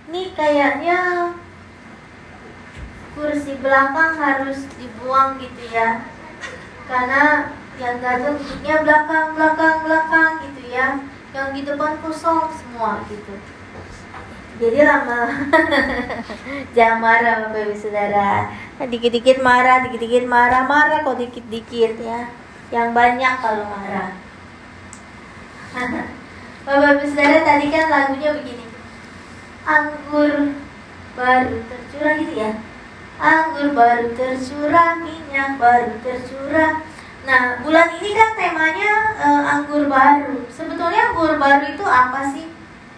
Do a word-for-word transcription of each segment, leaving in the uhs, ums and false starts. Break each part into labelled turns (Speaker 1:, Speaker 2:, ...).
Speaker 1: Nih kayaknya kursi belakang harus dibuang gitu ya, karena yang datang duduknya belakang, belakang, belakang gitu ya. Yang di depan kosong semua gitu. Jadi lama jangan marah Bapak Ibu Saudara. Dikit-dikit marah, dikit-dikit marah, marah kok dikit-dikit ya. Yang banyak kalau marah. Bapak Ibu Saudara, tadi kan lagunya begini. Anggur baru tercurah gitu ya. Anggur baru tercurah, minyak baru tercurah. Nah, bulan ini kan temanya uh, anggur baru. Sebetulnya anggur baru itu apa sih?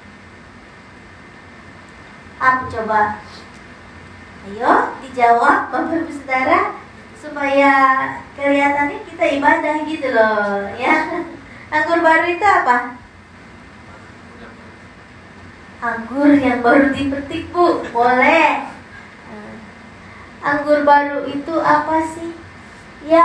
Speaker 1: Apa coba? Ayo dijawab Bapak Ibu Saudara, supaya kelihatannya kita ibadah gitu loh ya. Anggur baru itu apa? Anggur yang baru dipetik, Bu. Boleh. Anggur baru itu apa sih? Ya,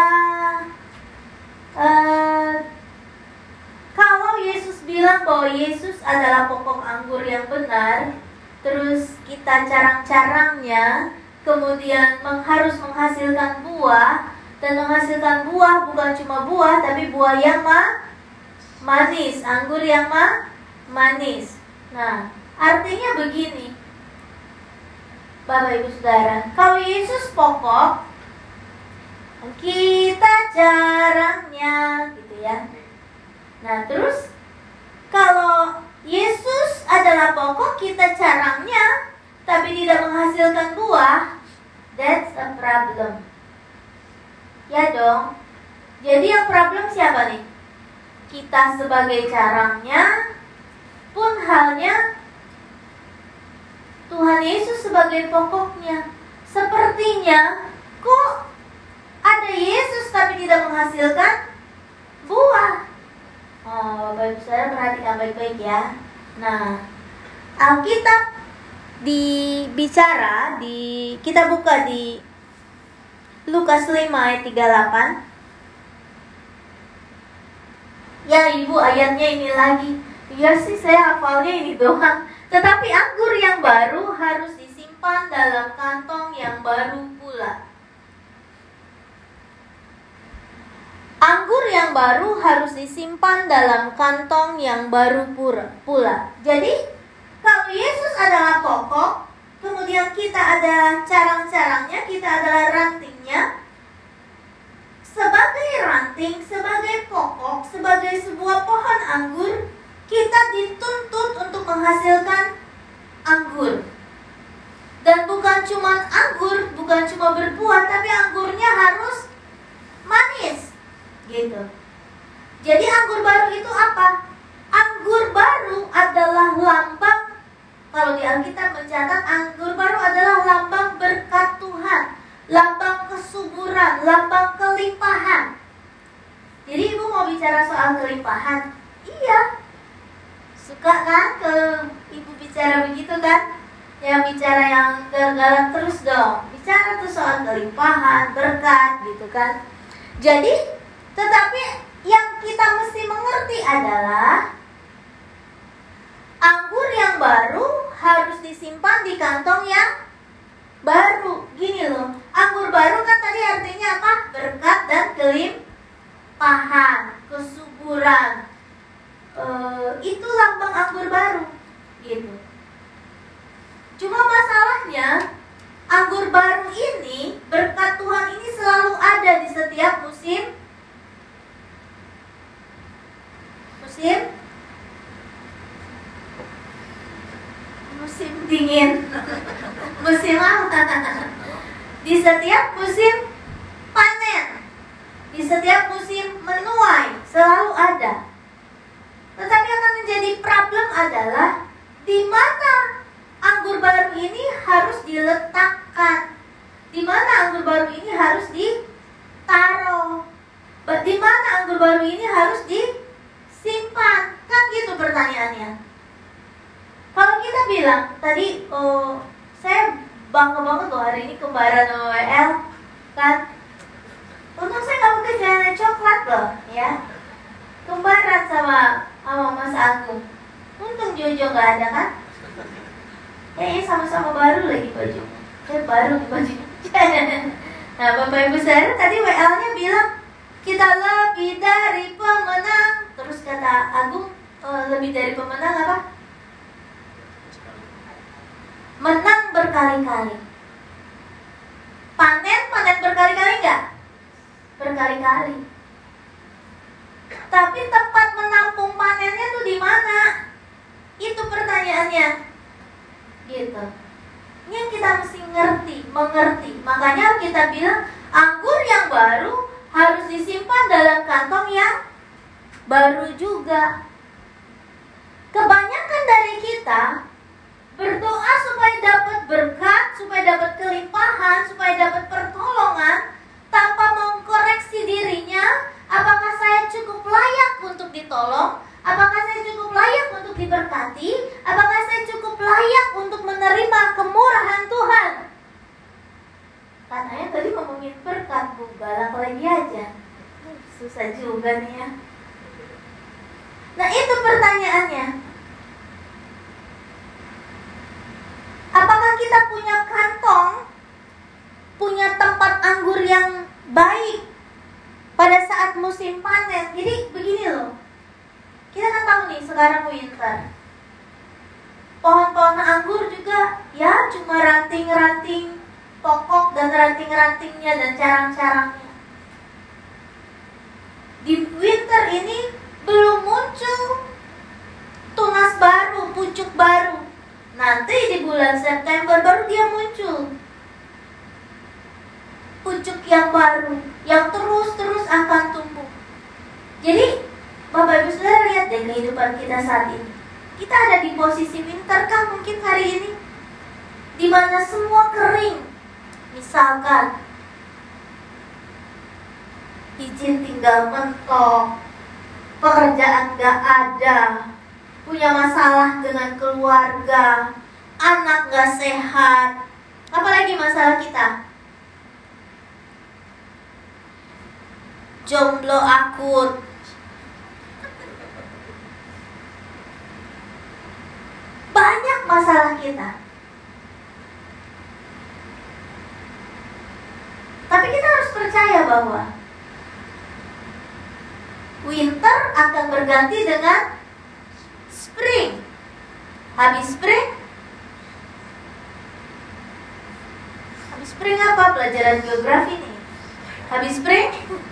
Speaker 1: uh, kalau Yesus bilang bahwa Yesus adalah pokok anggur yang benar, terus kita carang-carangnya, kemudian harus menghasilkan buah, dan menghasilkan buah bukan cuma buah, tapi buah yang ma manis, anggur yang ma manis. Nah, artinya begini, Bapak Ibu Saudara, kalau Yesus pokok, kita carangnya gitu ya. Nah, terus kalau Yesus adalah pokok, kita carangnya, tapi tidak menghasilkan buah, that's a problem. Ya dong. Jadi yang problem siapa nih? Kita sebagai carangnya, pun halnya Tuhan Yesus sebagai pokoknya. Sepertinya kok ada Yesus tapi tidak menghasilkan buah. Oh, Bapak Ibu Saudara perhatikan baik-baik ya. Nah, Alkitab dibicara di, kita buka di Lukas lima ayat tiga puluh delapan. Ya Ibu, ayatnya ini lagi. Iya sih, saya hafalnya ini doang. Tetapi anggur yang baru harus disimpan dalam kantong yang baru pula. Anggur yang baru harus disimpan dalam kantong yang baru pula. Jadi, kalau Yesus adalah pokok, kemudian kita ada carang-carangnya, kita adalah rantingnya. Sebagai ranting, sebagai pokok, sebagai sebuah pohon anggur, kita dituntut untuk menghasilkan anggur. Dan bukan cuma anggur, bukan cuma berbuah, tapi anggurnya harus manis. Gitu. Jadi anggur baru itu apa? Anggur baru adalah lambang, kalau di Alkitab mencatat, anggur baru adalah lambang berkat Tuhan, lambang kesuburan, lambang kelimpahan. Jadi Ibu mau bicara soal kelimpahan? Iya. Suka kan ke Ibu bicara begitu kan? Ya bicara yang galak terus dong. Bicara tuh soal kelimpahan, berkat gitu kan. Jadi, tetapi yang kita mesti mengerti adalah anggur yang baru harus disimpan di kantong yang baru. Gini loh, anggur baru kan tadi artinya apa? Berkat dan kelimpahan, kesuburan. E, itu lambang anggur baru gitu. Cuma masalahnya, anggur baru ini, berkat Tuhan ini selalu ada di setiap musim Musim Musim dingin. Musim apa? Di setiap musim panen, di setiap musim menuai, selalu ada. Tetapi akan menjadi problem adalah di mana anggur baru ini harus diletakkan, di mana anggur baru ini harus ditaruh, di mana anggur baru ini harus disimpan. Kan gitu pertanyaannya. Kalau kita bilang tadi, oh, saya bangga banget loh hari ini kembaran W L kan. Untung saya nggak pakai celana coklat loh, ya. Kembaran sama sama Mas Agung. Untung Jojo nggak ada kan. Kayaknya sama-sama baru lagi baju. Kayak baru baju. Nah, Bapak Ibu saudara, tadi W L-nya bilang kita lebih dari pemenang. Terus kata Agung, e, lebih dari pemenang apa? Menang berkali-kali. Panen, panen berkali-kali enggak? Berkali-kali. Tapi tempat menampung panennya tuh di mana? Itu pertanyaannya. Gitu. Ini yang kita mesti ngerti, mengerti. Makanya kita bilang anggur yang baru harus disimpan dalam kantong yang baru juga. Kebanyakan dari kita berdoa supaya dapat berkat, supaya dapat kelimpahan, supaya dapat pertolongan, tanpa mengkoreksi dirinya. Apakah saya cukup layak untuk ditolong? Apakah saya cukup layak untuk diberkati? Apakah saya cukup layak untuk menerima kemurahan Tuhan? Katanya tadi ngomongin berkat, Bu, galak lagi aja. Susah juga nih ya. Nah, itu pertanyaannya. Apakah kita punya kantong, punya tempat anggur yang baik pada saat musim panen? Jadi begini loh, kita kan tahu nih sekarang winter, pohon-pohon anggur juga ya cuma ranting-ranting pokok dan ranting-rantingnya dan carang-carangnya. Di winter ini belum muncul tunas baru, pucuk baru. Nanti di bulan September baru dia muncul pucuk yang baru, yang terus-terus akan tumbuh. Jadi Bapak Ibu Saudara, lihat deh kehidupan kita saat ini. Kita ada di posisi winter kan mungkin hari ini, di mana semua kering. Misalkan izin tinggal mentok, pekerjaan gak ada, punya masalah dengan keluarga, anak gak sehat, apalagi masalah kita jomblo akut. Banyak masalah kita. Tapi kita harus percaya bahwa winter akan berganti dengan spring. Habis spring, habis spring apa? Pelajaran geografi nih. Habis spring,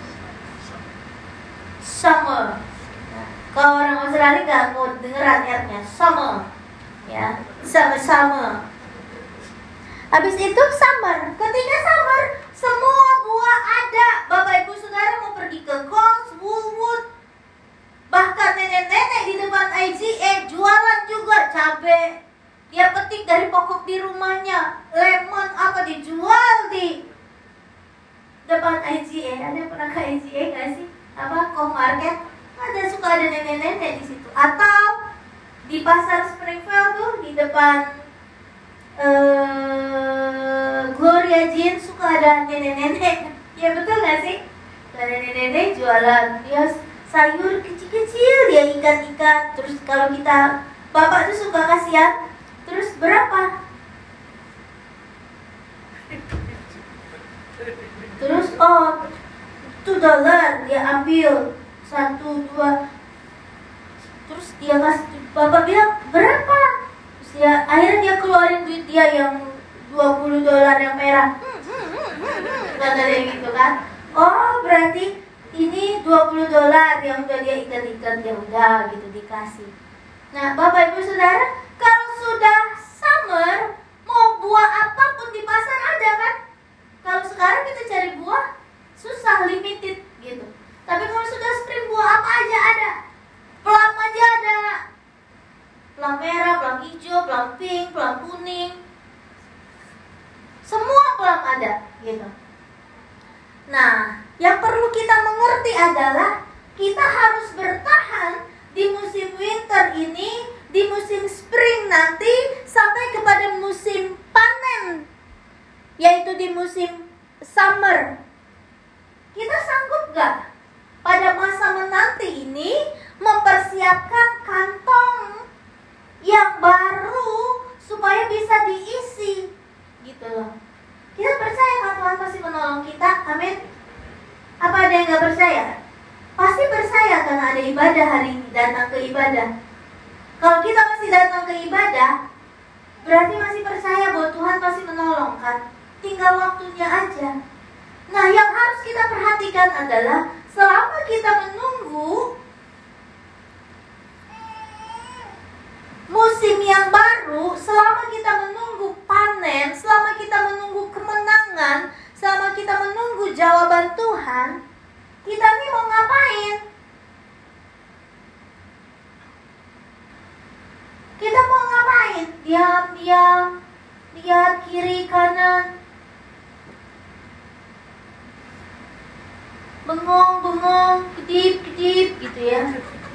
Speaker 1: summer. Nah, kalau orang Australia nggak mau dengeran R-nya, summer, ya, summer-summer. Habis itu summer. Ketika summer, semua buah ada. Bapak Ibu Saudara mau pergi ke Coles, Woolworth, bahkan nenek-nenek di depan I G A jualan juga cabai. Dia petik dari pokok di rumahnya. Lemon apa dijual di depan I G A. Ada yang pernah ke I G A nggak sih? Apa Co Market? Ada, suka ada nenek-nenek di situ. Atau di pasar Springfield tuh di depan uh, Gloria Jean suka ada nenek-nenek. Ya betul nggak sih? Ada nenek-nenek jualan. Dia sayur kecil-kecil, dia ikan-ikan. Terus kalau kita bapak tuh suka kasihan. Terus berapa? Terus oh two dolar dia ambil satu dua. Terus dia kasih, bapak bilang berapa? Terus dia akhirnya dia keluarin duit dia yang dua puluh dolar yang merah. Kata dia gitu kan. Oh berarti ini dua puluh dolar yang udah dia ikan-ikan, dia udah gitu dikasih. Nah Bapak Ibu Saudara, kalau sudah summer, mau buah apapun di pasar ada kan? Kalau sekarang kita cari buah susah, limited gitu. Tapi kalau sudah spring, buah apa aja ada. Plum aja ada. Plum merah, plum hijau, plum pink, plum kuning. Semua plum ada gitu. Nah, yang perlu kita mengerti adalah kita harus bertahan di musim winter ini, di musim spring nanti, sampai kepada musim panen, yaitu di musim summer. Kita sanggup gak pada masa menanti ini mempersiapkan kantong yang baru supaya bisa ibadah hari ini, datang ke ibadah. Kalau kita masih datang ke ibadah, berarti masih percaya bahwa Tuhan pasti menolong kan? Tinggal waktunya aja. Nah, yang harus kita perhatikan adalah selama kita menunggu musim yang baru, selama kita menunggu panen, selama kita menunggu kemenangan, selama kita menunggu jawaban Tuhan, kita nih mau ngapain? Kita mau ngapain? Diam-diam, lihat kiri kanan, bengong-bengong, kedip-kedip gitu ya.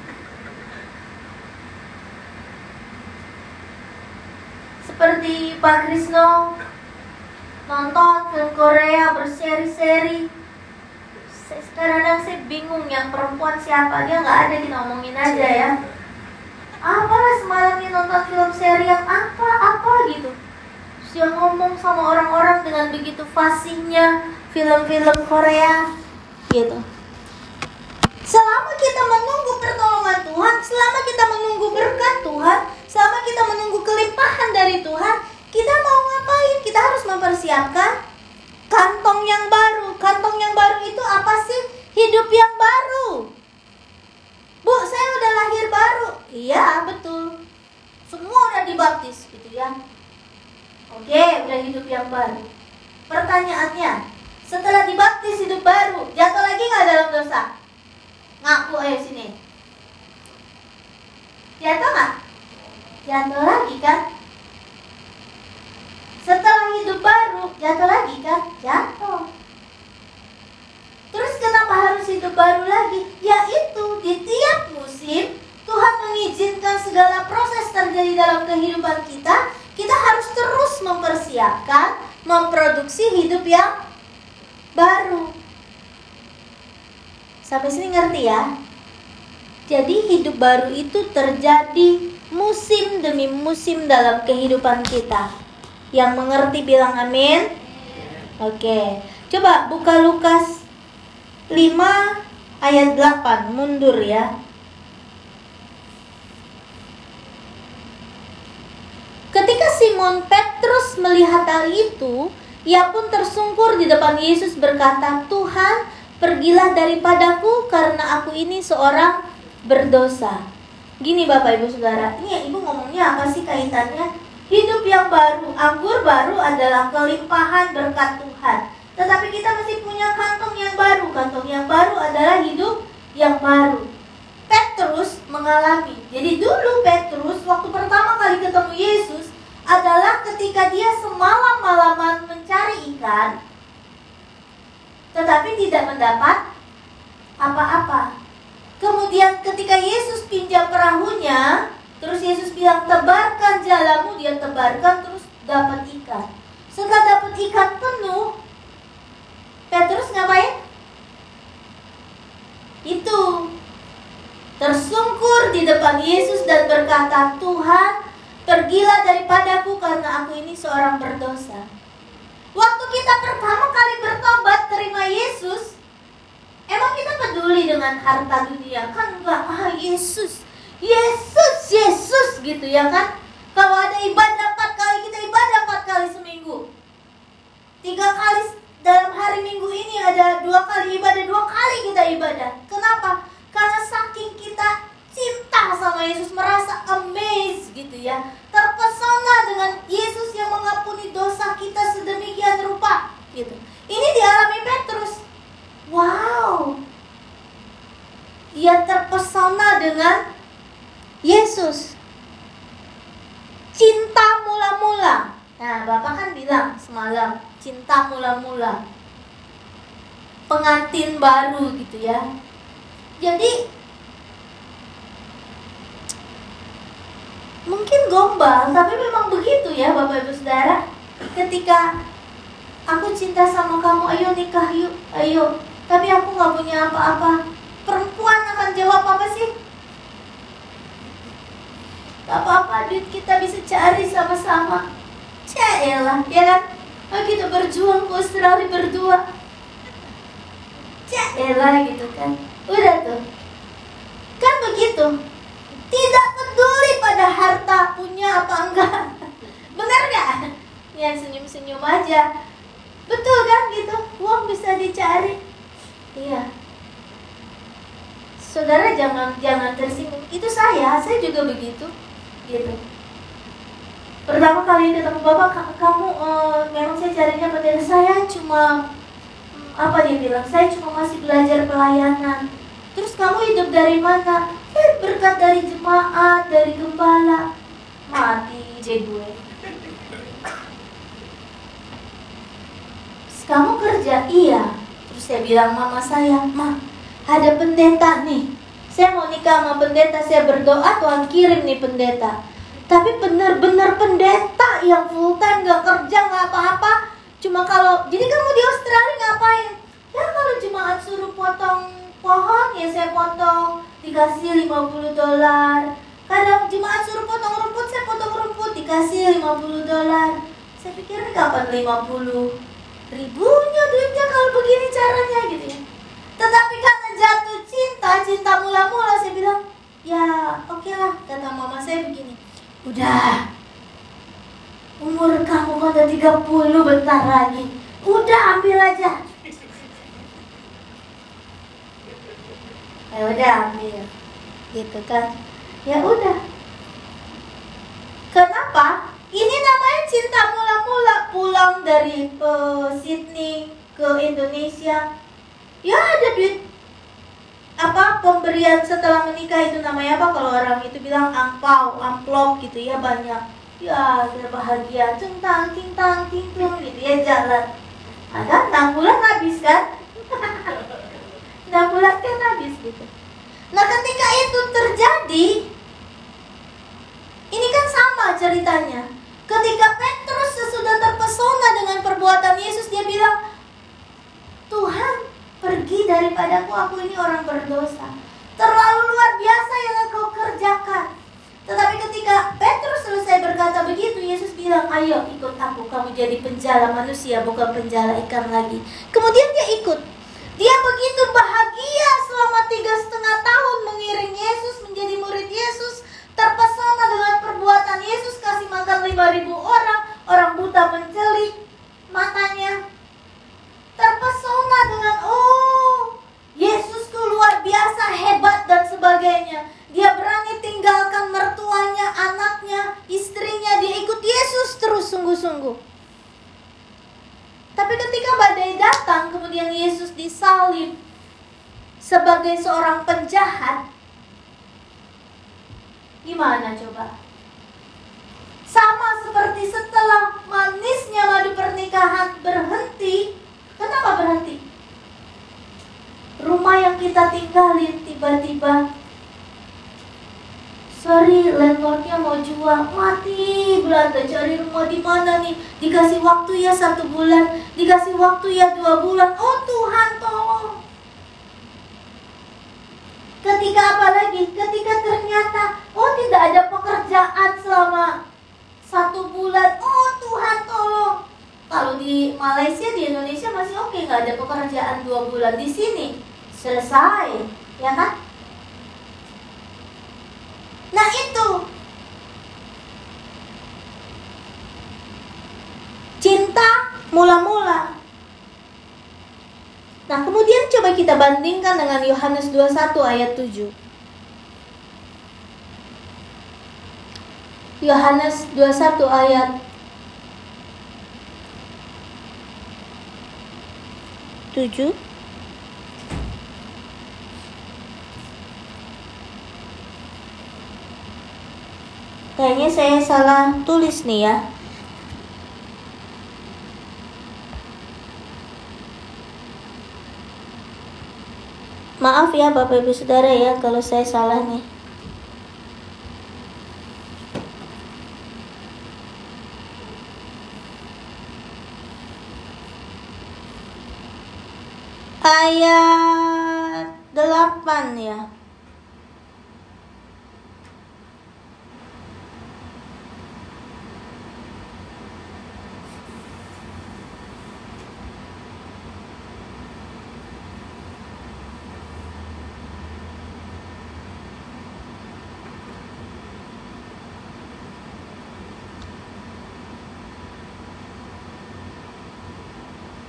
Speaker 1: Seperti Pak Krisno nonton film Korea berseri-seri. Kadang-kadang saya bingung yang perempuan siapa, dia nggak ada, kita ngomongin aja ya. Apalah semalam ini nonton film seri yang apa-apa gitu. Terus dia ngomong sama orang-orang dengan begitu fasihnya film-film Korea gitu. Selama kita menunggu pertolongan Tuhan, selama kita menunggu berkat Tuhan, selama kita menunggu kelimpahan dari Tuhan, kita mau ngapain? Kita harus mempersiapkan kantong yang baru. Kantong yang baru itu apa sih? Hidup yang baru. Bu, saya udah lahir baru. Iya, betul. Semua udah dibaptis gitu ya. Oke, udah hidup yang baru. Pertanyaannya, setelah dibaptis hidup baru, jatuh lagi gak dalam dosa? Ngaku ayo sini. Jatuh gak? Jatuh lagi kan? Setelah hidup baru, jatuh lagi kan? Jatuh. Terus kenapa harus hidup baru lagi? Yaitu di tiap musim Tuhan mengizinkan segala proses terjadi dalam kehidupan kita. Kita harus terus mempersiapkan, memproduksi hidup yang baru. Sampai sini ngerti ya? Jadi hidup baru itu terjadi musim demi musim dalam kehidupan kita. Yang mengerti bilang amin. Oke, coba buka Lukas lima ayat delapan, mundur ya. Ketika Simon Petrus melihat hal itu, ia pun tersungkur di depan Yesus berkata, "Tuhan, pergilah daripadaku karena aku ini seorang berdosa." Gini Bapak Ibu Saudara, ini Ibu ngomongnya apa sih kaitannya? Hidup yang baru, anggur baru adalah kelimpahan berkat Tuhan. Tetapi kita masih punya kantong yang baru. Kantong yang baru adalah hidup yang baru. Petrus mengalami. Jadi dulu Petrus waktu pertama kali ketemu Yesus adalah ketika dia semalam-malaman mencari ikan, tetapi tidak mendapat apa-apa. Kemudian ketika Yesus pinjam perahunya, terus Yesus bilang, "Tebarkan jalamu," dia tebarkan, terus dapat ikan. Setelah dapat ikan penuh, Petrus ngapain? Itu tersungkur di depan Yesus dan berkata, "Tuhan, pergilah daripadaku karena aku ini seorang berdosa." Waktu kita pertama kali bertobat terima Yesus, emang kita peduli dengan harta dunia? Kan enggak, ah Yesus, Yesus, Yesus gitu ya kan. Kalau ada ibadah empat kali, kita ibadah empat kali seminggu. Tiga kali dalam hari minggu ini ada dua kali ibadah, dua kali kita ibadah. Kenapa? Karena saking kita cinta sama Yesus, merasa amazed gitu ya, terpesona dengan Yesus yang mengampuni dosa kita sedemikian rupa gitu. Ini dialami Petrus. Wow, ia terpesona dengan Yesus. Cinta mula-mula. Nah, Bapak kan bilang semalam, cinta mula-mula, pengantin baru gitu ya. Jadi mungkin gombal, tapi memang begitu ya Bapak Ibu Saudara. Ketika aku cinta sama kamu, ayo nikah yuk, ayo. Tapi aku gak punya apa-apa. Perempuan akan jawab apa sih? Gak apa-apa, duit kita bisa cari sama-sama. Caelah, ya kan? Oh, kita berjuang ke Australia berdua. Caelah gitu kan. Udah tuh. Kan begitu. Tidak peduli pada harta punya apa enggak. Benar gak? Ya senyum-senyum aja. Betul kan gitu? Uang bisa dicari. Iya. Saudara jangan jangan tersinggung. Itu saya, saya juga begitu. Gitu. Pertama kali ketemu Bapak, kamu uh, memang saya carinya pendeta. Saya cuma hmm, apa dia bilang? Saya cuma masih belajar pelayanan. Terus kamu hidup dari mana? Eh, berkat dari jemaat, dari gembala. Mati ide gue. Terus kamu kerja? Iya. Terus saya bilang mama saya, Ma, ada pendeta nih. Saya mau nikah sama pendeta, saya berdoa Tuhan kirim nih pendeta. Tapi benar-benar pendeta yang full time, gak kerja, gak apa-apa. Cuma kalau, jadi kamu di Australia ngapain? Ya kalau jemaat suruh potong pohon, ya saya potong, dikasih lima puluh dolar. Kadang jemaat suruh potong rumput, saya potong rumput, dikasih lima puluh dolar. Saya pikir ini kapan lima puluh ribunya duitnya kalau begini caranya gitu ya. Tetapi karena jatuh cinta, cinta mula-mula, saya bilang, ya oke lah, kata mama saya begini. Udah, umur kamu kan udah tiga puluh bentar lagi. Udah ambil aja. Ya udah ambil. Gitu kan. Ya udah. Kenapa? Ini namanya cinta mula-mula. Pulang dari uh, Sydney ke Indonesia. Ya ada duit. Apa pemberian setelah menikah itu namanya apa kalau orang itu bilang angpau, amplop gitu ya, banyak. Ya, dia bahagia, centang, tintang, tintung gitu ya, jalan. Ada enam bulan habis kan? enam bulan kan habis gitu. Nah, ketika itu terjadi, ini kan sama ceritanya. Ketika Petrus sesudah terpesona dengan perbuatan Yesus, dia bilang, Tuhan, pergi daripadaku, aku ini orang berdosa. Terlalu luar biasa yang engkau kerjakan. Tetapi ketika Petrus selesai berkata begitu, Yesus bilang, ayo ikut aku, kamu jadi penjala manusia, bukan penjala ikan lagi. Kemudian dia ikut. Dia begitu bahagia selama tiga setengah tahun mengiring Yesus, menjadi murid Yesus. Terpesona dengan perbuatan Yesus, kasih makan lima ribu orang. Orang buta mencelik matanya. Terpesona dengan, oh, Yesusku luar biasa, hebat dan sebagainya. Dia berani tinggalkan mertuanya, anaknya, istrinya. Dia ikut Yesus terus sungguh-sungguh. Tapi ketika badai datang, kemudian Yesus disalib sebagai seorang penjahat. Gimana coba? Sama seperti setelah manisnya madu pernikahan berhenti. Kenapa berhenti? Rumah yang kita tinggalin tiba-tiba, sorry, landlordnya mau jual, mati Belanda, cari rumah di mana nih? Dikasih waktu ya satu bulan, dikasih waktu ya dua bulan. Oh Tuhan tolong. Ketika apa lagi? Ketika ternyata, oh tidak ada pekerjaan selama satu bulan. Oh Tuhan tolong. Kalau di Malaysia, di Indonesia masih oke, nggak ada pekerjaan dua bulan. Di sini selesai, ya kan? Nah itu cinta mula-mula. Nah kemudian coba kita bandingkan dengan Yohanes dua puluh satu ayat tujuh. Yohanes dua puluh satu ayat tujuh. Kayaknya saya salah tulis nih ya. Maaf ya Bapak Ibu Saudara ya kalau saya salah nih. Ayat delapan ya.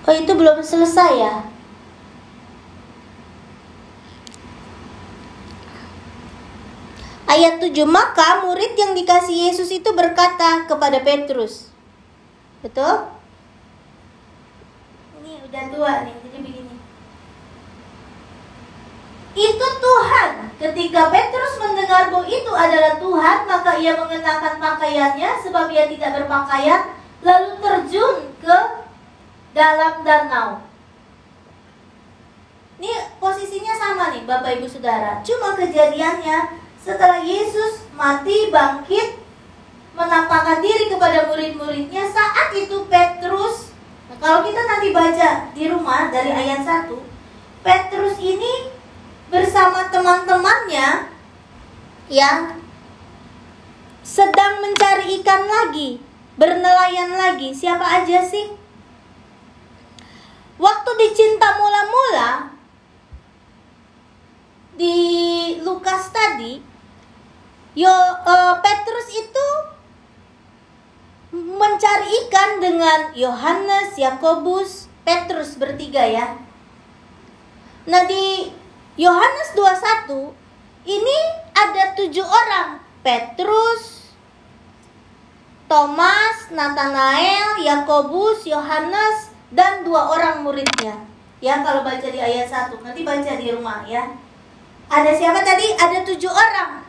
Speaker 1: Oh, itu belum selesai ya? Ayat tujuh, maka murid yang dikasih Yesus itu berkata kepada Petrus. Betul? Ini udah tua nih, jadi begini. Itu Tuhan. Ketika Petrus mendengar bahwa itu adalah Tuhan, maka ia mengenakan pakaiannya sebab ia tidak berpakaian, lalu terjun ke dalam danau. Ini posisinya sama nih Bapak Ibu Saudara. Cuma kejadiannya setelah Yesus mati, bangkit, menampakkan diri kepada murid-muridnya, saat itu Petrus, nah kalau kita nanti baca di rumah dari ayat satu, Petrus ini bersama teman-temannya yang sedang mencari ikan lagi, bernelayan lagi. Siapa aja sih? Waktu di Cinta Mula-Mula di Lukas tadi, Yo, uh, Petrus itu mencari ikan dengan Yohanes, Yakobus, Petrus bertiga ya. Nah di Yohanes dua puluh satu ini ada tujuh orang. Petrus, Thomas, Nathanael, Yakobus, Yohanes, dan dua orang muridnya. Ya kalau baca di ayat satu, nanti baca di rumah ya. Ada siapa tadi? Ada tujuh orang.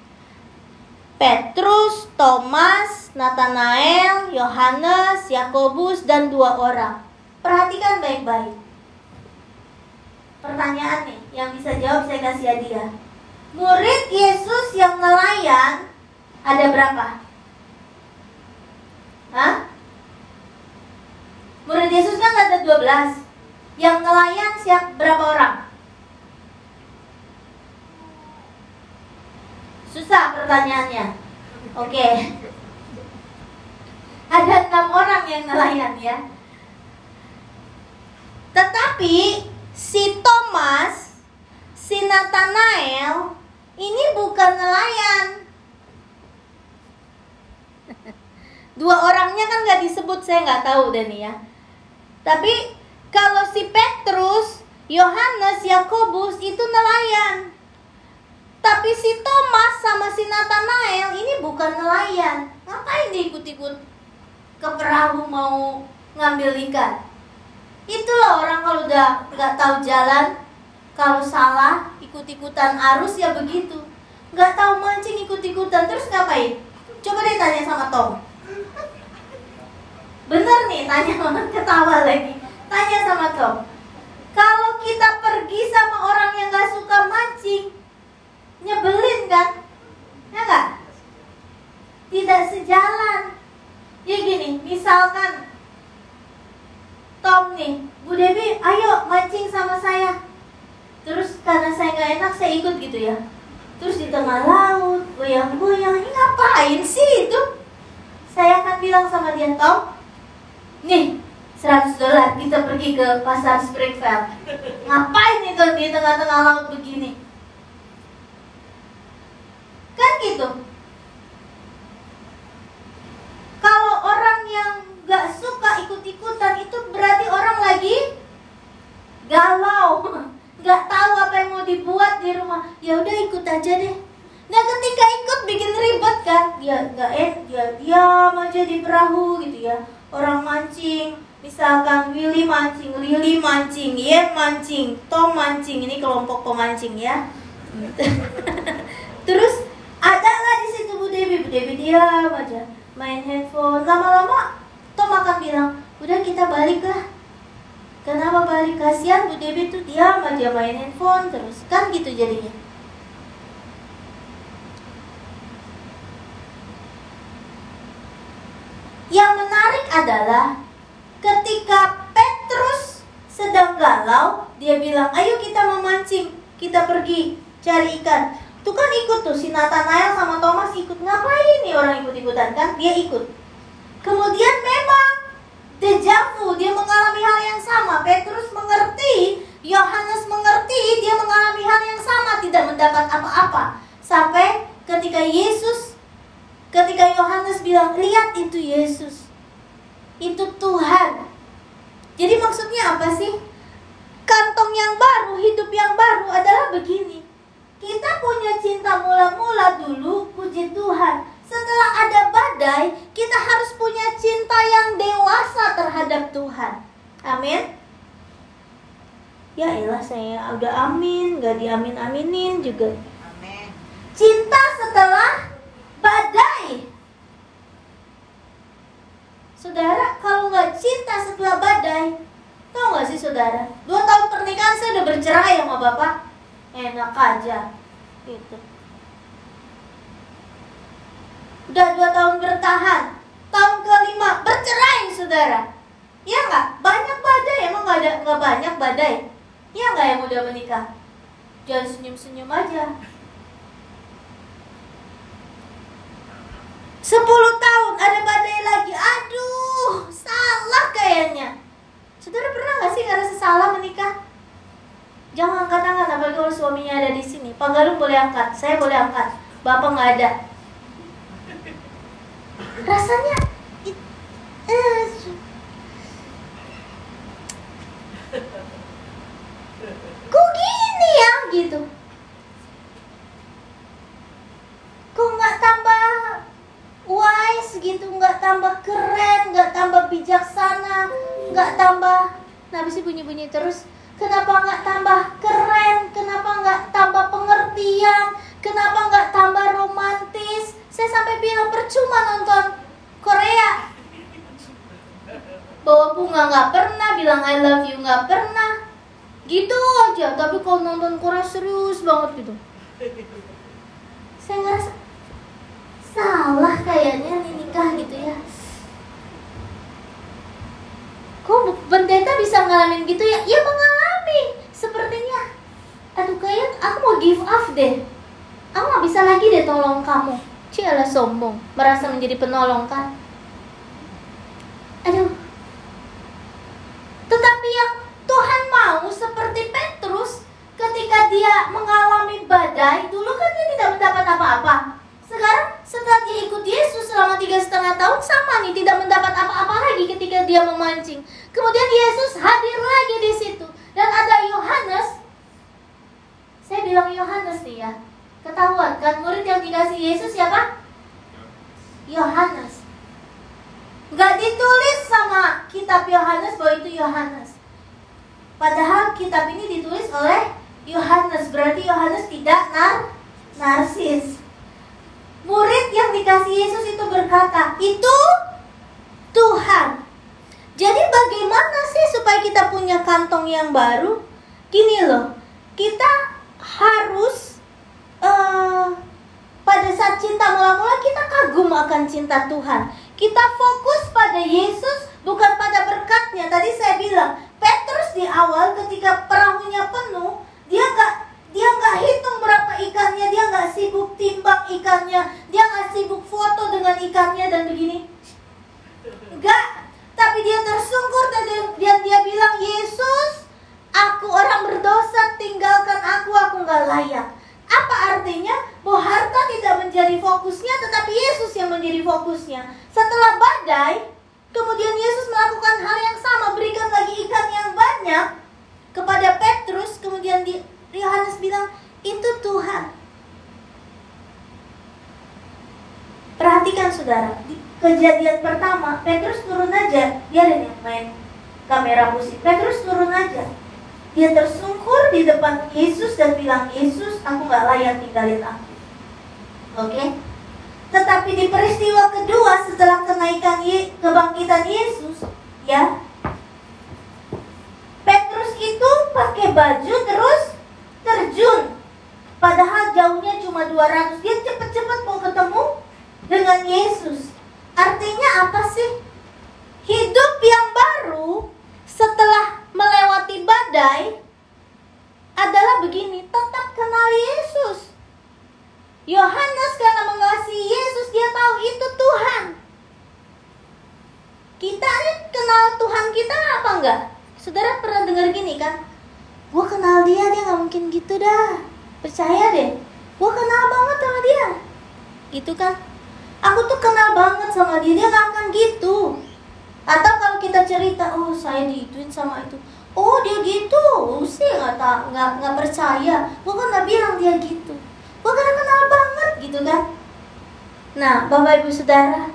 Speaker 1: Petrus, Thomas, Nathanael, Yohanes, Yakobus, dan dua orang. Perhatikan baik-baik. Pertanyaan nih, yang bisa jawab saya kasih hadiah. Murid Yesus yang nelayan ada berapa? Hah? Murid Yesus kan ada dua belas. Yang nelayan siap berapa orang? Susah pertanyaannya. Oke. Ada enam orang yang nelayan ya. Tetapi si Thomas, si Nathanael ini bukan nelayan. Dua orangnya kan gak disebut, saya gak tahu deh nih ya. Tapi kalau si Petrus, Yohanes, Yakobus itu nelayan. Tapi si Thomas sama si Nathanael ini bukan nelayan. Ngapain dia ikut-ikut ke perahu mau ngambil ikan? Itulah orang kalau udah gak tahu jalan, kalau salah ikut-ikutan arus ya begitu. Gak tahu mancing ikut-ikutan, terus ngapain? Coba deh tanya sama Tom. Bener nih, tanya sama ketawa lagi. Tanya sama Tom. Kalau kita pergi sama orang yang gak suka mancing, nyebelin kan? Ya enggak? Tidak sejalan. Ya gini, misalkan Tom nih, Bu Dewi, ayo mancing sama saya. Terus karena saya gak enak, saya ikut gitu ya. Terus di tengah laut, goyang-goyang, ini ngapain sih itu? Saya akan bilang sama dia, Tom, nih, seratus dolar kita pergi ke pasar Springfield. Ngapain itu di tengah-tengah laut begini? Kan gitu. Kalau orang yang gak suka ikut-ikutan, itu berarti orang lagi galau, gak tahu apa yang mau dibuat di rumah. Ya udah ikut aja deh. Nah ketika ikut bikin ribet kan, dia gak eh dia diam aja di perahu gitu ya. Orang mancing, misalkan Willy mancing, Lily mancing, Yen mancing, Tom mancing. Ini kelompok pemancing ya. Terus ada nggak di situ Bu Dewi? Bu Dewi diam aja, main handphone. Lama-lama Tom akan bilang, udah kita balik lah. Kenapa balik? Kasihan Bu Dewi tuh diam aja main handphone terus. Kan gitu jadinya. Yang menarik adalah ketika Petrus sedang galau, dia bilang, ayo kita memancing, kita pergi cari ikan. Tuh kan ikut tuh, si Nathanael sama Thomas ikut. Ngapain nih orang ikut-ikutan kan? Dia ikut. Kemudian memang deja vu, dia mengalami hal yang sama. Petrus mengerti, Yohanes mengerti, dia mengalami hal yang sama, tidak mendapat apa-apa. Sampai ketika Yesus, ketika Yohanes bilang, lihat itu Yesus, itu Tuhan. Jadi maksudnya apa sih? Kantong yang baru, hidup yang baru adalah begini. Kita punya cinta mula-mula dulu, puji Tuhan. Setelah ada badai, kita harus punya cinta yang dewasa terhadap Tuhan. Amin. Ya elah, saya udah amin, gak diamin-aminin juga.
Speaker 2: Amin.
Speaker 1: Cinta setelah badai. Saudara, kalau gak cinta setelah badai, tahu gak sih saudara? Dua tahun pernikahan saya udah bercerai sama bapak. Enak aja gitu. Udah dua tahun bertahan, tahun kelima bercerai saudara. Ya nggak? Banyak badai, emang nggak ada nggak banyak badai? Ya nggak yang udah menikah? Jangan senyum-senyum aja. Sepuluh tahun ada badai lagi. Aduh, salah kayaknya. Saudara pernah nggak sih ngerasa salah menikah? Jangan angkat tangan, apalagi kalau suaminya ada di sini. Pak Galung boleh angkat, saya boleh angkat. Bapak nggak ada. Rasanya eh, kok gini ya gitu. Kok nggak tambah wise gitu, nggak tambah keren, nggak tambah bijaksana, nggak tambah. Nah, habis bunyi-bunyi terus. Kenapa nggak tambah keren? Kenapa nggak tambah pengertian? Kenapa nggak tambah romantis? Saya sampai bilang percuma nonton Korea. Bawa bunga nggak pernah, bilang I love you nggak pernah. Gitu aja. Tapi kalau nonton Korea serius banget gitu. Saya ngerasa salah kayaknya nih nikah gitu ya. Kok pendeta bisa ngalamin gitu ya? Ya mengalami sepertinya. Aduh kayak aku mau give up deh. Aku gak bisa lagi deh tolong kamu. Cialah sombong, merasa menjadi penolong kan. Aduh. Tetapi yang Tuhan mau seperti Petrus, ketika dia mengalami badai, dulu kan dia tidak mendapat apa-apa. Sekarang setelah dia ikut Yesus selama tiga setengah tahun, sama nih, tidak mendapat apa-apa lagi ketika dia memancing. Kemudian Yesus hadir lagi di situ, dan ada Yohanes. Saya bilang Yohanes nih ya, ketahuan kan murid yang dikasih Yesus siapa? Yohanes. Gak ditulis sama kitab Yohanes bahwa itu Yohanes. Padahal kitab ini ditulis oleh Yohanes, berarti Yohanes tidak nar narsis. Murid yang dikasih Yesus itu berkata, itu Tuhan. Jadi bagaimana sih supaya kita punya kantong yang baru? Gini loh, kita harus uh, pada saat cinta mula-mula kita kagum akan cinta Tuhan. Kita fokus pada Yesus, bukan pada berkatnya. Tadi saya bilang, Petrus di awal ketika perahunya penuh, dia gak Dia nggak hitung berapa ikannya, dia nggak sibuk timbang ikannya, dia nggak sibuk foto dengan ikannya dan begini. Enggak, tapi dia tersungkur dan dia, dia, dia bilang, Yesus, aku orang berdosa, tinggalkan aku, aku nggak layak. Apa artinya? Bahwa harta tidak menjadi fokusnya, tetapi Yesus yang menjadi fokusnya. Setelah badai, kemudian Yesus melakukan hal yang sama, berikan lagi ikan yang banyak kepada Petrus, kemudian di Yohanes bilang, itu Tuhan. Perhatikan saudara, di kejadian pertama, Petrus turun aja. Dia ada yang main kamera musik. Petrus turun aja. Dia tersungkur di depan Yesus dan bilang, Yesus, aku gak layak tinggalin aku. Oke? Okay? Tetapi di peristiwa kedua setelah kenaikan Ye- kebangkitan Yesus, ya, Petrus itu pakai baju terus terjun. Padahal jauhnya cuma dua ratus. Dia cepat-cepat mau ketemu dengan Yesus. Artinya apa sih? Hidup yang baru setelah melewati badai adalah begini, tetap kenal Yesus. Yohanes karena mengasihi Yesus, dia tahu itu Tuhan. Kita ini kenal Tuhan kita apa enggak? Saudara pernah dengar gini kan? Gue kenal dia, dia gak mungkin gitu dah. Percaya deh, gue kenal banget sama dia. Gitu kan? Aku tuh kenal banget sama dia, dia gak akan gitu. Atau kalau kita cerita, oh saya saya diituin sama itu. Oh dia gitu, sih nggak tak nggak nggak percaya. Gua kan nggak bilang dia gitu. Gua kan kenal banget gitu kan. Nah Bapak Ibu Saudara,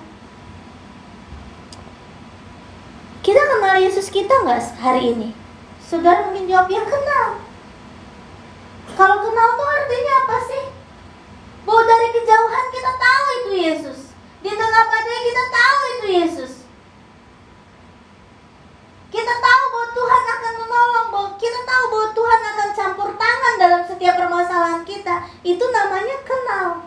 Speaker 1: kita kenal Yesus kita nggak hari ini? Saudara mungkin jawab ya kenal. Kalau kenal tuh artinya apa sih? Bahwa dari kejauhan kita tahu itu Yesus. Di tengah badai kita tahu itu Yesus. Kita tahu bahwa Tuhan akan menolong, bahwa kita tahu bahwa Tuhan akan campur tangan dalam setiap permasalahan kita. Itu namanya kenal.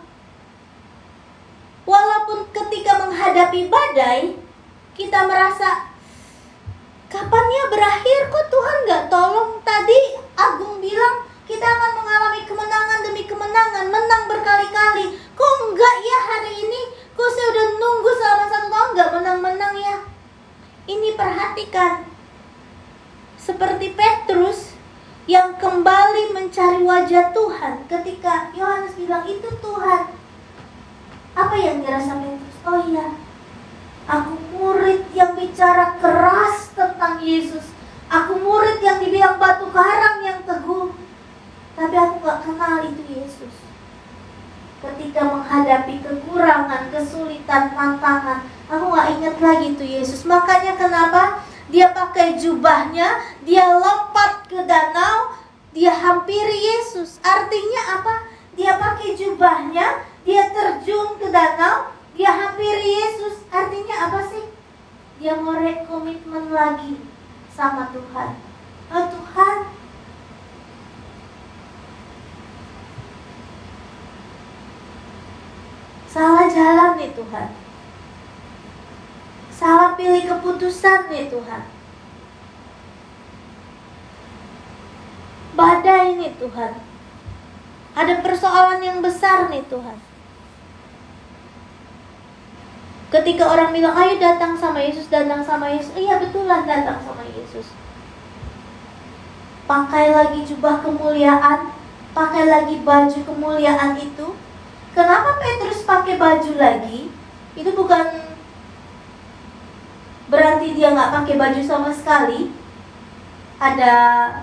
Speaker 1: Walaupun ketika menghadapi badai, kita merasa, kapan ya berakhir? Kok Tuhan gak tolong? Tadi Agung bilang kita akan mengalami kemenangan demi kemenangan, menang berkali-kali. Kok enggak ya hari ini? Kok saya udah nunggu selama satu tahun gak menang-menang ya? Ini perhatikan. Seperti Petrus yang kembali mencari wajah Tuhan ketika Yohanes bilang itu Tuhan. Apa yang dirasa Petrus? Oh iya, aku murid yang bicara keras tentang Yesus. Aku murid yang dibilang batu karang yang teguh. Tapi aku gak kenal itu Yesus. Ketika menghadapi kekurangan, kesulitan, tantangan, aku gak ingat lagi itu Yesus. Makanya kenapa dia pakai jubahnya, dia lompat ke danau, dia hampiri Yesus. Artinya apa? Dia pakai jubahnya, dia terjun ke danau, dia hampiri Yesus. Artinya apa sih? Dia mau komitmen lagi sama Tuhan. Oh Tuhan, salah jalan nih Tuhan, salah pilih keputusan nih Tuhan, badai nih Tuhan, ada persoalan yang besar nih Tuhan. Ketika orang bilang, ayo datang sama Yesus, datang sama Yesus. Iya betulan datang sama Yesus. Pakai lagi jubah kemuliaan, pakai lagi baju kemuliaan itu. Kenapa Petrus pakai baju lagi? Itu bukan berarti dia gak pakai baju sama sekali. Ada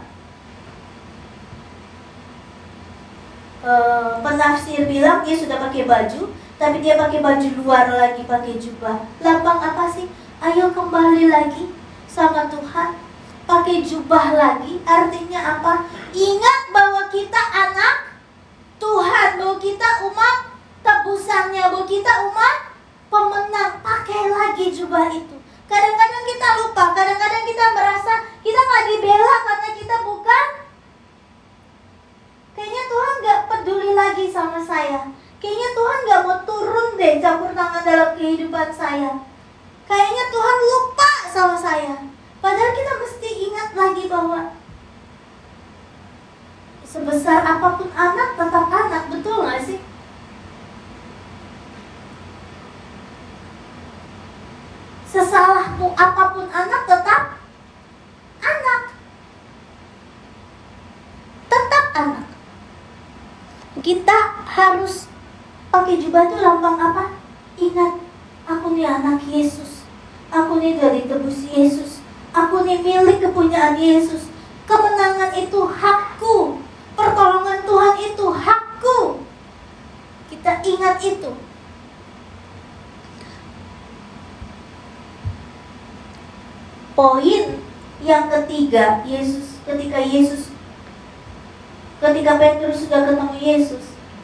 Speaker 1: uh, penafsir bilang dia sudah pakai baju, tapi dia pakai baju luar lagi, pakai jubah. Lambang apa sih? Ayo kembali lagi sama Tuhan. Pakai jubah lagi, artinya apa? Ingat bahwa kita anak Tuhan, bahwa kita umat tebusannya, bahwa kita umat pemenang. Pakai lagi jubah itu. Kadang-kadang kita lupa, kadang-kadang kita merasa kita gak dibela karena kita bukan. Kayaknya Tuhan gak peduli lagi sama saya. Kayaknya Tuhan gak mau turun deh campur tangan dalam kehidupan saya. Kayaknya Tuhan lupa sama saya. Padahal kita mesti ingat lagi bahwa sebesar apapun anak tetap anak. Betul gak sih? Sesalahmu apapun anak tetap anak. Tetap anak. Kita harus pakai jubah itu lambang apa? Ingat, aku nih anak Yesus. Aku nih dari tebus Yesus. Aku nih milik kepunyaan Yesus. Kemenangan itu hakku. Pertolongan Tuhan itu hakku. Kita ingat itu. Poin yang ketiga, Yesus ketika Yesus ketika Petrus sudah ketemu Yesus,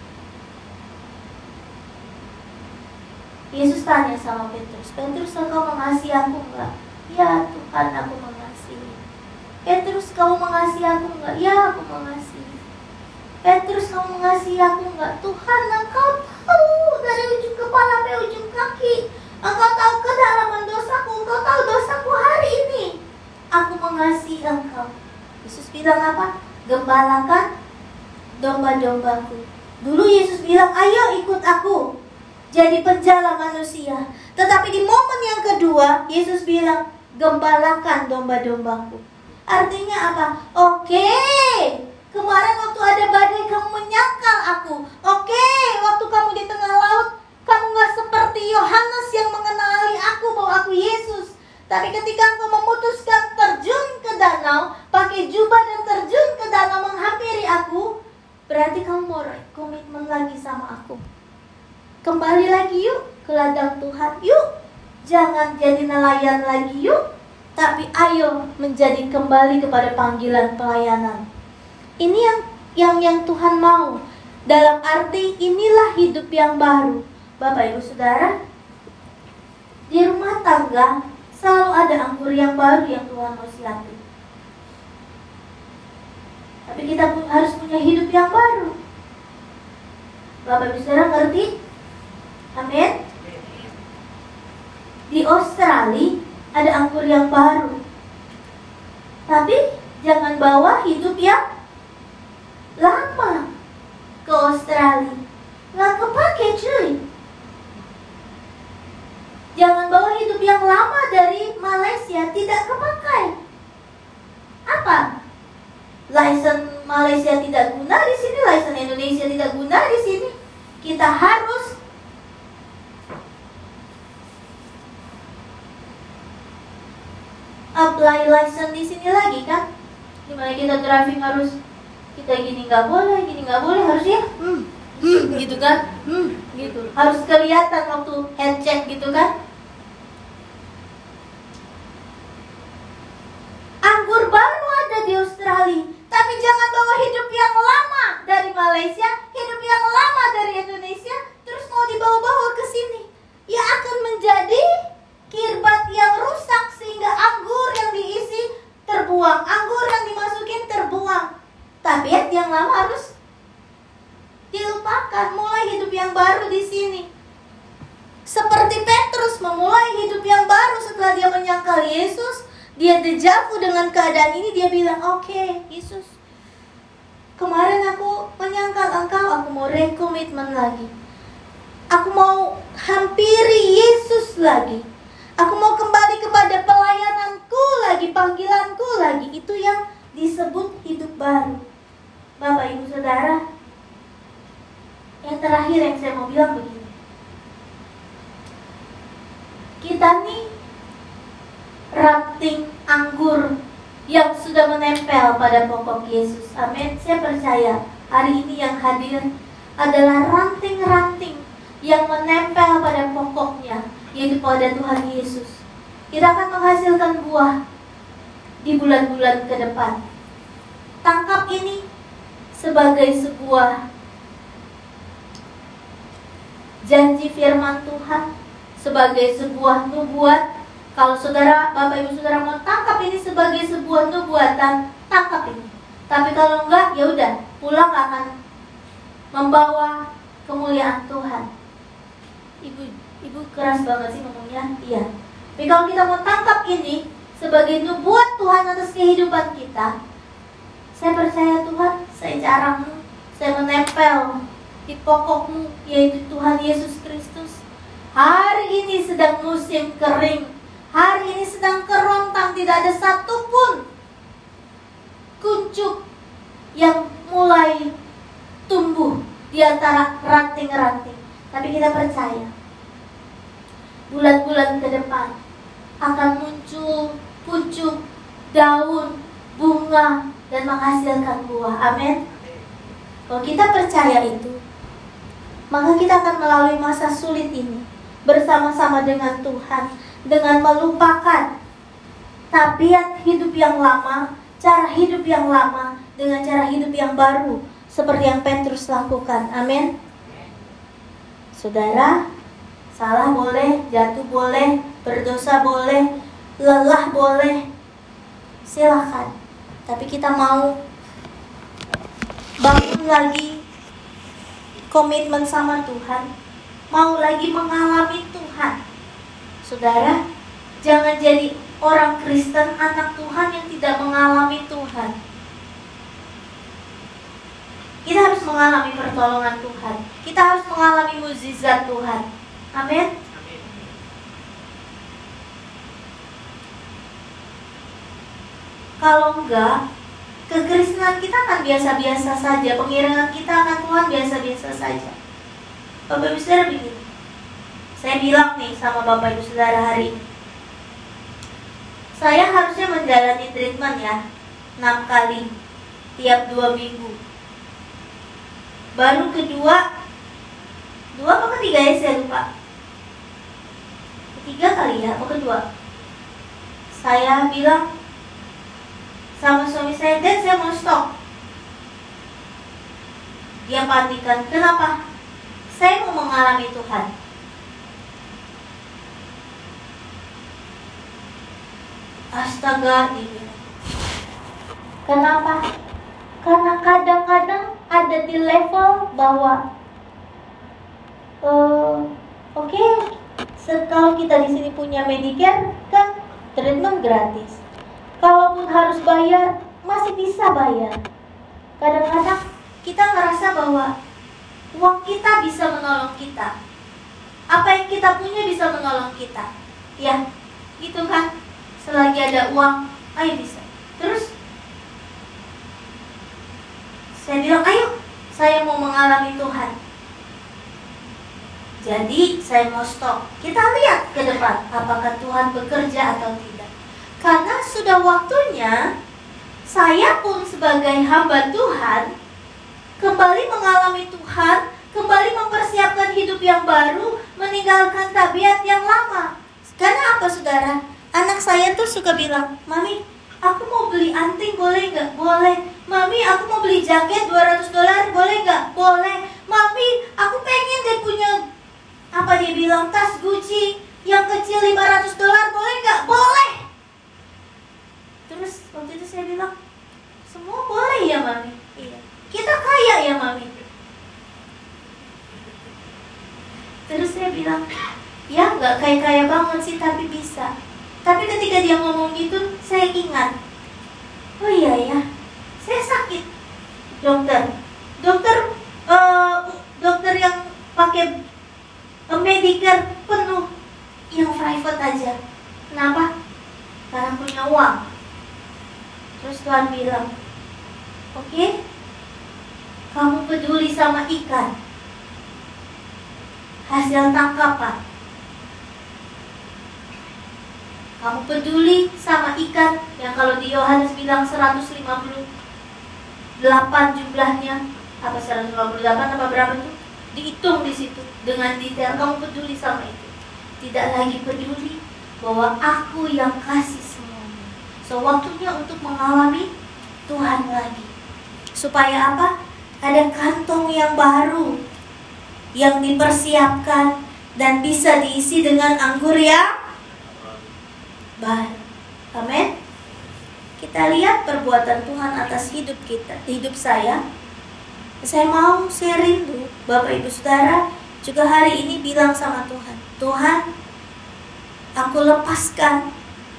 Speaker 1: Yesus tanya sama Petrus, Petrus, engkau mengasihi aku enggak? Ya Tuhan, aku mengasihi. Petrus, kamu mengasihi aku enggak? Ya, aku mengasihi. Petrus, kamu mengasihi aku enggak? Tuhan, engkau tahu dari ujung kepala sampai ujung kaki. Engkau tahu kedalaman dosaku, engkau tahu dosaku hari ini. Aku mengasihi engkau. Yesus bilang apa? Gembalakan domba-dombaku. Dulu Yesus bilang, ayo ikut aku jadi penjala manusia. Tetapi di momen yang kedua, Yesus bilang, gembalakan domba-dombaku. Artinya apa? Oke, kemarin waktu ada badai kamu menyangkal aku. Oke, waktu kamu di tengah laut, kamu gak seperti Yohanes yang mengenali aku bahwa aku Yesus. Tapi ketika engkau memutuskan terjun danau, pakai jubah dan terjun ke danau menghampiri aku, berarti kamu mau komitmen lagi sama aku. Kembali lagi yuk ke ladang Tuhan, yuk. Jangan jadi nelayan lagi yuk, tapi ayo menjadi kembali kepada panggilan pelayanan. Ini yang yang yang Tuhan mau. Dalam arti inilah hidup yang baru. Bapak Ibu Saudara, di rumah tangga selalu ada anggur yang baru yang Tuhan mau siapin. Tapi kita pun harus punya hidup yang baru. Bapak Ibu Saudara ngerti? Amin. Di Australia ada anggur yang baru. Tapi jangan bawa hidup yang lama ke Australia. Nggak kepake cuy. Jangan bawa hidup yang lama dari Malaysia, tidak kepakai. Apa? License Malaysia tidak guna di sini, license Indonesia tidak guna di sini. Kita harus apply license di sini lagi kan? Dimana kita driving harus kita gini nggak boleh, gini nggak boleh, harus ya, hmm, hmm, gitu kan? Hmm, gitu. Harus kelihatan waktu head check gitu kan? Anggur baru ada di Australia, tapi jangan bawa hidup yang lama dari Malaysia, hidup yang lama dari Indonesia, terus mau dibawa-bawa ke sini. Ya akan menjadi kirbat yang rusak sehingga anggur yang diisi terbuang, anggur yang dimasukin terbuang. Tapi yang lama harus dilupakan, mulai hidup yang baru di sini. Seperti Petrus memulai hidup yang baru setelah dia menyangkal Yesus. Dia dejavu dengan keadaan ini, dia bilang, oke okay, Yesus, kemarin aku menyangkal engkau, aku mau rekomitmen lagi. Aku mau hampiri Yesus lagi. Aku mau kembali kepada pelayananku lagi, panggilanku lagi. Itu yang disebut hidup baru. Bapak Ibu Saudara, yang terakhir yang saya mau bilang begini. Kita nih ranting anggur yang sudah menempel pada pokok Yesus. Amin. Saya percaya hari ini yang hadir adalah ranting-ranting yang menempel pada pokoknya, yaitu pada Tuhan Yesus. Kita akan menghasilkan buah di bulan-bulan ke depan. Tangkap ini sebagai sebuah janji firman Tuhan, sebagai sebuah nubuat. Kalau saudara, Bapak Ibu Saudara mau tangkap ini sebagai sebuah nubuatan, tangkap ini. Tapi kalau enggak, ya udah, pulang akan membawa kemuliaan Tuhan. Ibu, ibu keras banget sih ngomongnya, iya. Tapi kalau kita mau tangkap ini sebagai nubuat Tuhan atas kehidupan kita, saya percaya Tuhan, saya carangmu, saya menempel di pokokmu, yaitu Tuhan Yesus Kristus. Hari ini sedang musim kering. Hari ini sedang kerontang, tidak ada satupun kuncup yang mulai tumbuh di antara ranting-ranting. Tapi kita percaya bulan-bulan ke depan akan muncul pucuk, daun, bunga, dan menghasilkan buah. Amin. Kalau kita percaya itu, maka kita akan melalui masa sulit ini bersama-sama dengan Tuhan, dengan melupakan tabiat hidup yang lama, cara hidup yang lama dengan cara hidup yang baru, seperti yang Petrus lakukan. Amin. Saudara, salah boleh, jatuh boleh, berdosa boleh, lelah boleh, silakan. Tapi kita mau bangun lagi komitmen sama Tuhan, mau lagi mengalami Tuhan. Saudara, jangan jadi orang Kristen, anak Tuhan yang tidak mengalami Tuhan. Kita harus mengalami pertolongan Tuhan. Kita harus mengalami mukjizat Tuhan. Amin. Kalau enggak, kekristenan kita akan biasa-biasa saja. Pengiringan kita akan Tuhan biasa-biasa saja. Bapak Ibu Saudara begini, saya bilang nih sama Bapak Ibu Saudara hari ini, Saya harusnya menjalani treatment ya, enam kali tiap dua minggu. Baru kedua, dua apa ketiga ya saya lupa. Ketiga kali ya, apa kedua? Saya bilang sama suami saya, "Dad, saya mau stop." Dia pastikan, "Kenapa?" "Saya mau mengalami Tuhan." Astaga, dia bilang. Kenapa? Karena kadang-kadang ada di level bahwa uh, oke, okay, kalau kita di sini punya Medicare kan treatment gratis. Kalaupun harus bayar, masih bisa bayar. Kadang-kadang kita ngerasa bahwa uang kita bisa menolong kita. Apa yang kita punya bisa menolong kita. Ya, gitu kan? Selagi ada uang, ayo bisa. Terus saya bilang, ayo, saya mau mengalami Tuhan. Jadi saya mau stop. Kita lihat ke depan, apakah Tuhan bekerja atau tidak. Karena sudah waktunya saya pun sebagai hamba Tuhan kembali mengalami Tuhan, kembali mempersiapkan hidup yang baru, meninggalkan tabiat yang lama. Karena apa saudara? Anak saya tuh suka bilang, "Mami, aku mau beli anting, boleh nggak?" "Boleh." "Mami, aku mau beli jaket dua ratus dolar, boleh nggak?" "Boleh." "Mami, aku pengen deh punya," apa dia bilang, "tas Gucci yang kecil lima ratus dolar, boleh nggak?" "Boleh." Terus waktu itu saya bilang, "Semua boleh ya Mami?" "Iya." "Kita kaya ya Mami?" Terus saya bilang, "Ya nggak kaya-kaya banget sih, tapi bisa." Tapi ketika dia ngomong gitu, saya ingat, oh iya ya, saya sakit. Dokter, dokter, uh, dokter yang pakai uh, Medicare penuh, yang private aja. Kenapa? Karena punya uang. Terus Tuhan bilang, oke, okay, kamu peduli sama ikan, hasil tangkapan. Kamu peduli sama ikan yang kalau di Yohanes bilang seratus lima puluh delapan jumlahnya, apa seratus lima puluh delapan apa berapa itu? Dihitung di situ dengan detail. Kamu peduli sama itu. Tidak lagi peduli bahwa aku yang kasih semuanya. So waktunya untuk mengalami Tuhan lagi. Supaya apa? Ada kantong yang baru yang dipersiapkan dan bisa diisi dengan anggur yang baru. Amin. Kita lihat perbuatan Tuhan atas hidup kita, hidup saya. Saya mau share rindu, Bapak Ibu Saudara, juga hari ini bilang sama Tuhan, Tuhan, aku lepaskan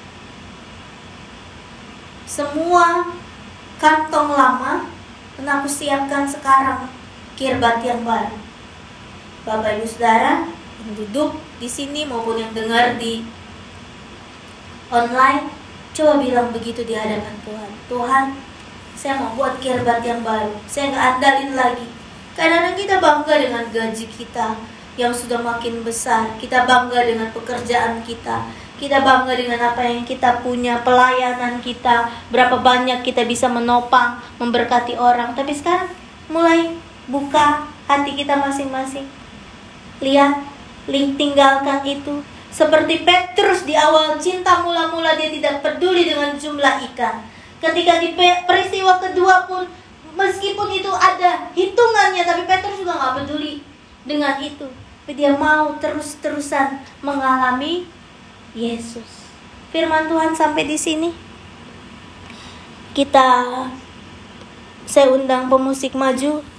Speaker 1: semua kantong lama dan aku siapkan sekarang kirbat yang baru. Bapak Ibu Saudara yang duduk di sini maupun yang dengar di online, coba bilang begitu di hadapan Tuhan. Tuhan, saya mau buat kirbat yang baru. Saya gak andalin lagi. Kadang-kadang kita bangga dengan gaji kita yang sudah makin besar. Kita bangga dengan pekerjaan kita. Kita bangga dengan apa yang kita punya, pelayanan kita, berapa banyak kita bisa menopang, memberkati orang. Tapi sekarang mulai buka hati kita masing-masing. Lihat, tinggalkan itu. Seperti Petrus di awal cinta mula-mula, dia tidak peduli dengan jumlah ikan. Ketika di peristiwa kedua pun, meskipun itu ada hitungannya, tapi Petrus juga gak peduli dengan itu. Tapi dia mau terus-terusan mengalami Yesus. Firman Tuhan sampai di sini. Kita, saya undang pemusik maju.